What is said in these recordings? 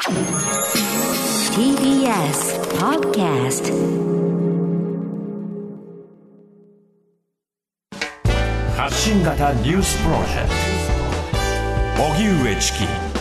TBS Podcast。 発信型ニュースプロジェクト荻上チキ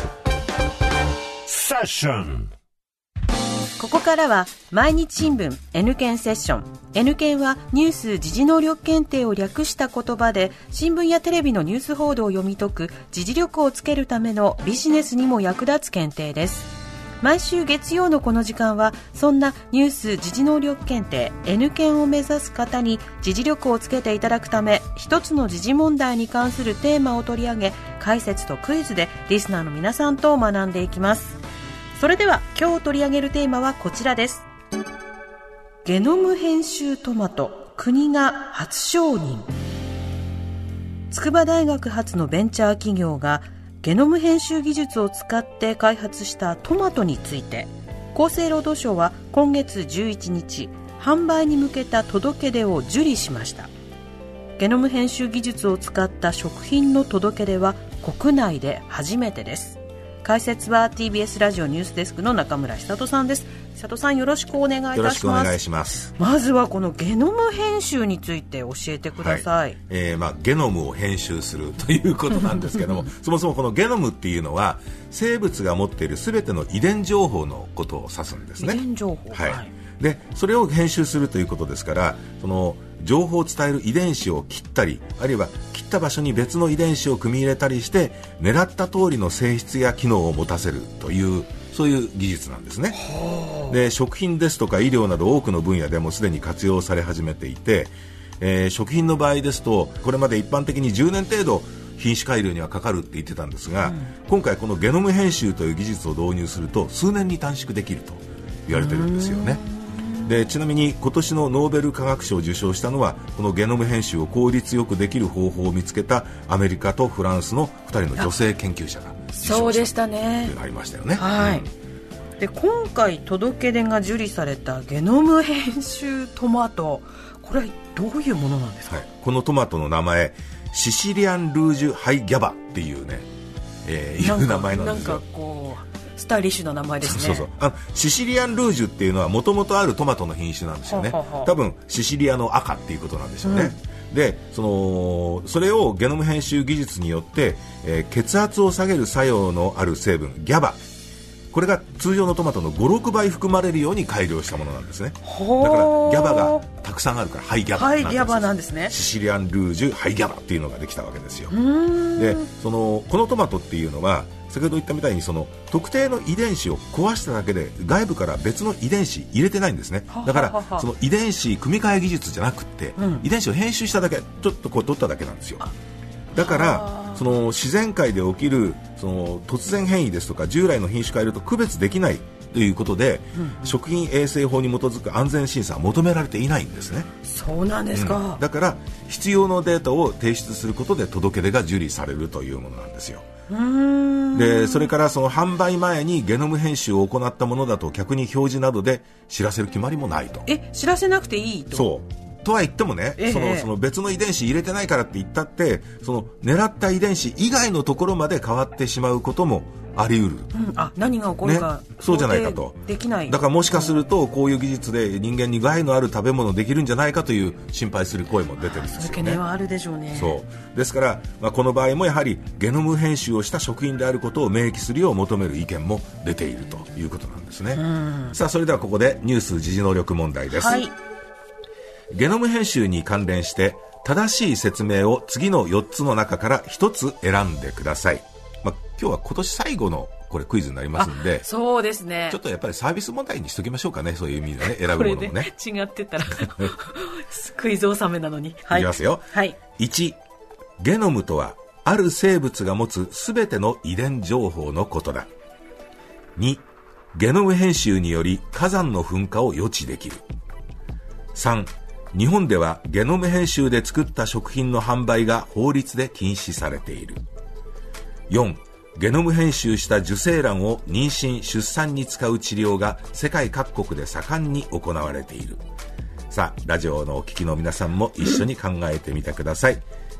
セッション。 ここからは毎日新聞 N 検セッション。 N 検はニュース時事能力検定を略した言葉で、新聞やテレビのニュース報道を読み解く時事力をつけるためのビジネスにも役立つ検定です。毎週月曜のこの時間は、そんなニュース時事能力検定 N 検を目指す方に時事力をつけていただくため、一つの時事問題に関するテーマを取り上げ、解説とクイズでリスナーの皆さんと学んでいきます。それでは今日取り上げるテーマはこちらです。ゲノム編集トマト、国が初承認。筑波大学発のベンチャー企業がゲノム編集技術を使って開発したトマトについて、厚生労働省は今月11日、販売に向けた届け出を受理しました。ゲノム編集技術を使った食品の届け出は国内で初めてです。解説は TBS ラジオニュースデスクの中村久人さんです。久人さん、よろしくお願いいたします。 よろしくお願いします。 まずはこのゲノム編集について教えてください。 ゲノムを編集するということなんですけどもそもそもこのゲノムっていうのは生物が持っている全ての遺伝情報のことを指すんですね。 遺伝情報、 はい。でそれを編集するということですから、その情報を伝える遺伝子を切ったり、あるいは切った場所に別の遺伝子を組み入れたりして、狙った通りの性質や機能を持たせるという、そういう技術なんですね。で食品ですとか医療など多くの分野でもすでに活用され始めていて、食品の場合ですとこれまで一般的に10年程度品種改良にはかかるって言ってたんですが、今回このゲノム編集という技術を導入すると数年に短縮できると言われてるんですよね。でちなみに今年のノーベル化学賞を受賞したのは、このゲノム編集を効率よくできる方法を見つけたアメリカとフランスの2人の女性研究者が受賞したというのがありましたよね。 はい。で今回届け出が受理されたゲノム編集トマト、これはどういうものなんですか？ はい、このトマトの名前、シシリアンルージュハイギャバっていうね、いう名前なんですよ。 なんかこうスタイリッシュな名前ですね。 そうそうそう。シシリアンルージュっていうのはもともとあるトマトの品種なんですよね。多分シシリアの赤っていうことなんでしょうね。でそれをゲノム編集技術によって、血圧を下げる作用のある成分ギャバ、これが通常のトマトの 5,6 倍含まれるように改良したものなんですね。だからギャバがたくさんあるからハイギャバなんですね。シシリアンルージュハイギャバっていうのができたわけですよ。でこのトマトっていうのは先ほど言ったみたいに特定の遺伝子を壊しただけで外部から別の遺伝子入れてないんですね。だからその遺伝子組み換え技術じゃなくって、遺伝子を編集しただけ、ちょっとこう取っただけなんですよ。だから自然界で起きる突然変異ですとか従来の品種改良と区別できないということで、食品衛生法に基づく安全審査は求められていないんですね。 そうなんですか。 だから必要なデータを提出することで届け出が受理されるというものなんですよ。でそれから販売前にゲノム編集を行ったものだと客に表示などで知らせる決まりもないと。 知らせなくていいと。 そうとは言ってもね、その別の遺伝子入れてないからって言ったって、狙った遺伝子以外のところまで変わってしまうこともあり得る、 何が起こるか、 そうじゃないかと。 できない。 だからもしかするとこういう技術で人間に害のある食べ物できるんじゃないかという心配する声も出てるんですよね。 そういう懸念はあるでしょうね。 そうですから、この場合もやはりゲノム編集をした食品であることを明記するよう求める意見も出ているということなんですね。さあそれではここでニュース時事能力問題です。ゲノム編集に関連して正しい説明を次の4つの中から1つ選んでください。今日は今年最後のこれクイズになりますんで、 そうですね、 ちょっとやっぱりサービス問題にしときましょうかね。そういう意味でね、選ぶものもね。 これで違ってたらクイズ納めなのに。 いきますよ。1、ゲノムとはある生物が持つすべての遺伝情報のことだ。2、ゲノム編集により火山の噴火を予知できる。3、日本ではゲノム編集で作った食品の販売が法律で禁止されている。4、ゲノム編集した受精卵を妊娠・出産に使う治療が世界各国で盛んに行われている。さあラジオのお聞きの皆さんも一緒に考えてみてください。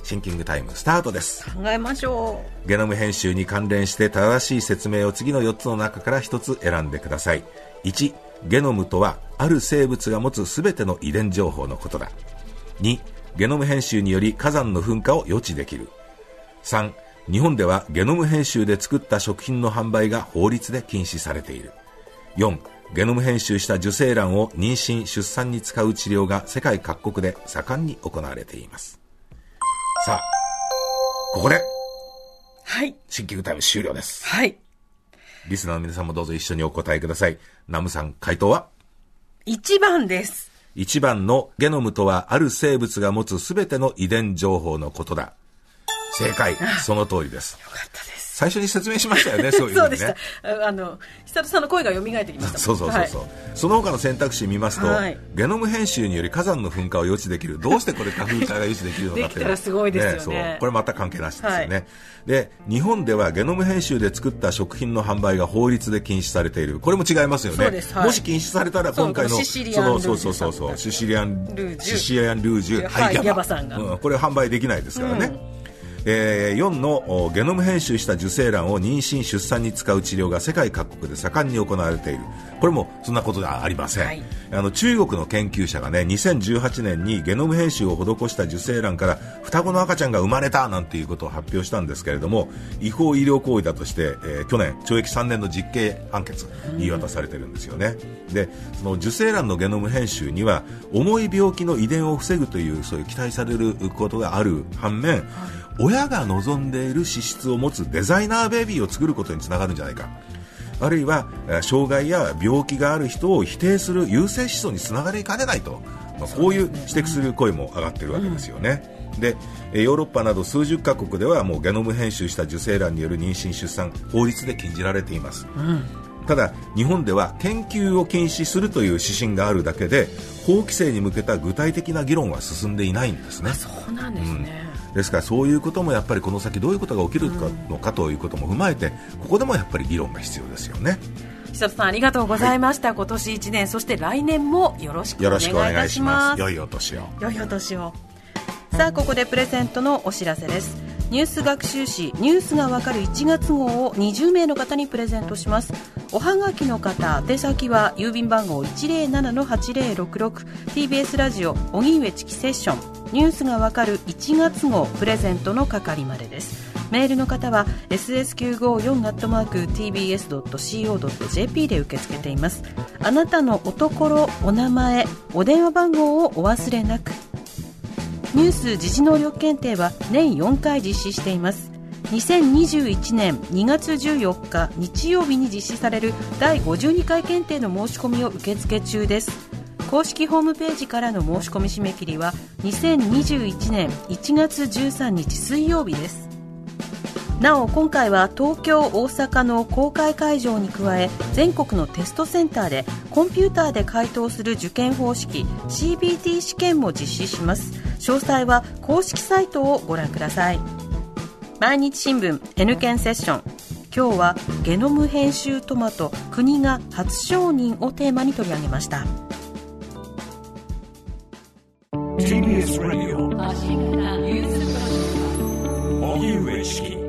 シンキングタイムスタートです。 考えましょう。ゲノム編集に関連して正しい説明を次の4つの中から1つ選んでください。1、ゲノムとはある生物が持つすべての遺伝情報のことだ。2、ゲノム編集により火山の噴火を予知できる。3、日本ではゲノム編集で作った食品の販売が法律で禁止されている。4、ゲノム編集した受精卵を妊娠・出産に使う治療が世界各国で盛んに行われています。さあ、ここで、 はい。 シンキングタイム終了です。 はい。 リスナーの皆さんもどうぞ一緒にお答えください。ナムさん、回答は 1番です。 1番のゲノムとはある生物が持つすべての遺伝情報のことだ。正解。その通りです。 よかったです。 最初に説明しましたよね、そういうふうにね。 そうでした。久田さんの声が蘇ってきました。 そう、はい、その他の選択肢見ますと、はい、ゲノム編集により火山の噴火を予知できる。どうしてこれ花粉症が予知できるのかって。 できたらすごいですよね。 そう。これまた関係なしですよね。 はい、 で、日本ではゲノム編集で作った食品の販売が法律で禁止されている。これも違いますよね。 そうです。はい、 もし禁止されたら今回のシシリアンルージュ、 シシリアンルージュ、 はい、ギャバさんが、 これ販売できないですからね。4のゲノム編集した受精卵を妊娠・出産に使う治療が世界各国で盛んに行われている。これもそんなことではありません。はい、中国の研究者がね、2018年にゲノム編集を施した受精卵から双子の赤ちゃんが生まれたなんていうことを発表したんですけれども、違法医療行為だとして、去年懲役3年の実刑判決言い渡されてるんですよね。で、その受精卵のゲノム編集には重い病気の遺伝を防ぐというそういう期待されることがある反面、親が望んでいる資質を持つデザイナーベビーを作ることにつながるんじゃないか、あるいは障害や病気がある人を否定する優生思想につながりかねないと、こういう指摘する声も上がっているわけですよね。で、ヨーロッパなど数十カ国ではもうゲノム編集した受精卵による妊娠出産法律で禁じられています。ただ日本では研究を禁止するという指針があるだけで法規制に向けた具体的な議論は進んでいないんですね。 そうなんですね。 ですからそういうこともやっぱりこの先どういうことが起きるのかということも踏まえて、ここでもやっぱり議論が必要ですよね。 久田さんありがとうございました。はい、今年1年そして来年もよろしくお願いいたします。 良いお年を。 良いお年を。さあここでプレゼントのお知らせです。ニュース学習誌ニュースがわかる1月号を20名の方にプレゼントします。おはがきの方、宛先は郵便番号 107-8066 TBS ラジオ荻上チキセッションニュースがわかる1月号プレゼントの係までです。メールの方は ss954@tbs.co.jp で受け付けています。あなたのおところ、お名前、お電話番号をお忘れなく。ニュース時事能力検定は年4回実施しています。2021年2月14日日曜日に実施される第52回検定の申し込みを受付中です。公式ホームページからの申し込み締め切りは2021年1月13日水曜日です。なお今回は東京、大阪の公開会場に加え全国のテストセンターでコンピューターで回答する受験方式 CBT 試験も実施します。詳細は公式サイトをご覧ください。毎日新聞 N 検セッション、今日はゲノム編集トマト国が初承認をテーマに取り上げました。 TBS ラジオ荻上チキ